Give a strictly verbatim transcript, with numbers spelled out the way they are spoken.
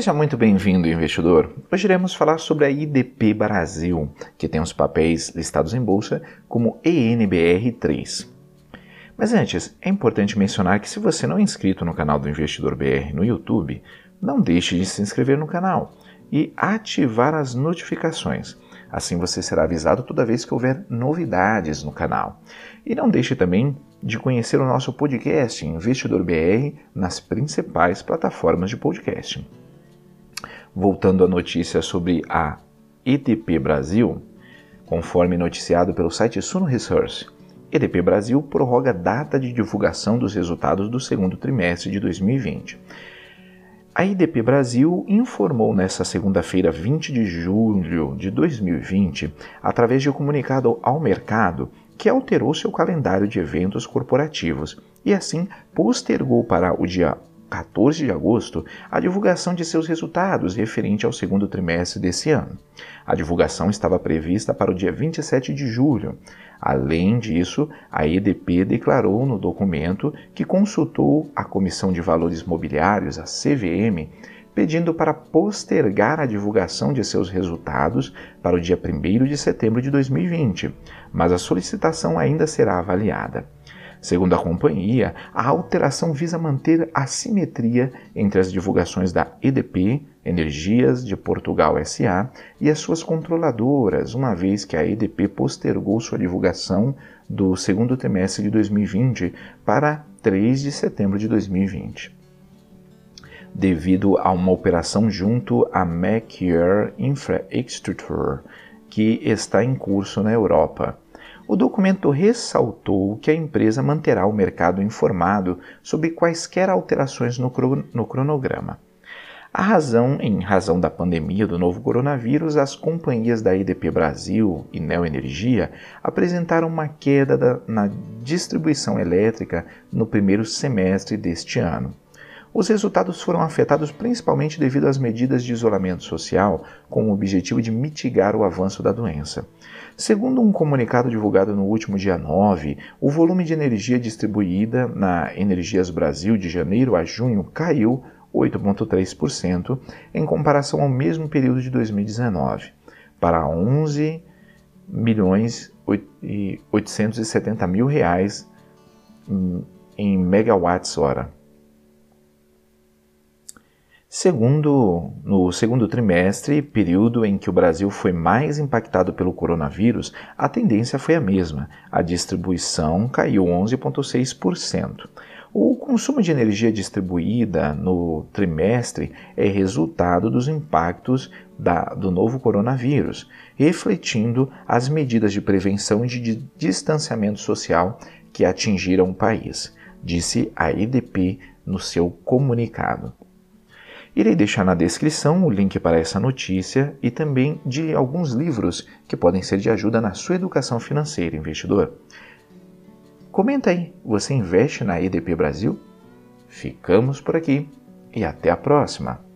Seja muito bem-vindo, investidor. Hoje iremos falar sobre a I D P Brasil, que tem os papéis listados em bolsa como E N B R três. Mas antes, é importante mencionar que se você não é inscrito no canal do Investidor B R no YouTube, não deixe de se inscrever no canal e ativar as notificações. Assim você será avisado toda vez que houver novidades no canal. E não deixe também de conhecer o nosso podcast Investidor B R nas principais plataformas de podcast. Voltando à notícia sobre a E D P Brasil, conforme noticiado pelo site Suno Research, E D P Brasil prorroga a data de divulgação dos resultados do segundo trimestre de dois mil e vinte. A I D P Brasil informou nesta segunda-feira, vinte de julho de dois mil e vinte, através de um comunicado ao mercado, que alterou seu calendário de eventos corporativos e assim postergou para o dia quatorze de agosto a divulgação de seus resultados referente ao segundo trimestre desse ano. A divulgação estava prevista para o dia vinte e sete de julho. Além disso, a E D P declarou no documento que consultou a Comissão de Valores Mobiliários, a C V M, pedindo para postergar a divulgação de seus resultados para o dia primeiro de setembro de dois mil e vinte, mas a solicitação ainda será avaliada. Segundo a companhia, a alteração visa manter a simetria entre as divulgações da E D P, Energias de Portugal S A, e as suas controladoras, uma vez que a E D P postergou sua divulgação do segundo trimestre de dois mil e vinte para três de setembro de dois mil e vinte. Devido a uma operação junto à Macquarie Infrastructure, que está em curso na Europa. O documento ressaltou que a empresa manterá o mercado informado sobre quaisquer alterações no, cron- no cronograma. A razão, em razão da pandemia do novo coronavírus, as companhias da I D P Brasil e Neoenergia apresentaram uma queda da, na distribuição elétrica no primeiro semestre deste ano. Os resultados foram afetados principalmente devido às medidas de isolamento social, com o objetivo de mitigar o avanço da doença. Segundo um comunicado divulgado no último dia nove, o volume de energia distribuída na Energias Brasil de janeiro a junho caiu oito vírgula três por cento em comparação ao mesmo período de dois mil e dezenove, para onze milhões e oitocentos e setenta mil reais em megawatts-hora. Segundo, no segundo trimestre, período em que o Brasil foi mais impactado pelo coronavírus, a tendência foi a mesma. A distribuição caiu onze vírgula seis por cento. O consumo de energia distribuída no trimestre é resultado dos impactos da, do novo coronavírus, refletindo as medidas de prevenção e de distanciamento social que atingiram o país, disse a I D P no seu comunicado. Irei deixar na descrição o link para essa notícia e também de alguns livros que podem ser de ajuda na sua educação financeira, investidor. Comenta aí, você investe na E D P Brasil? Ficamos por aqui e até a próxima!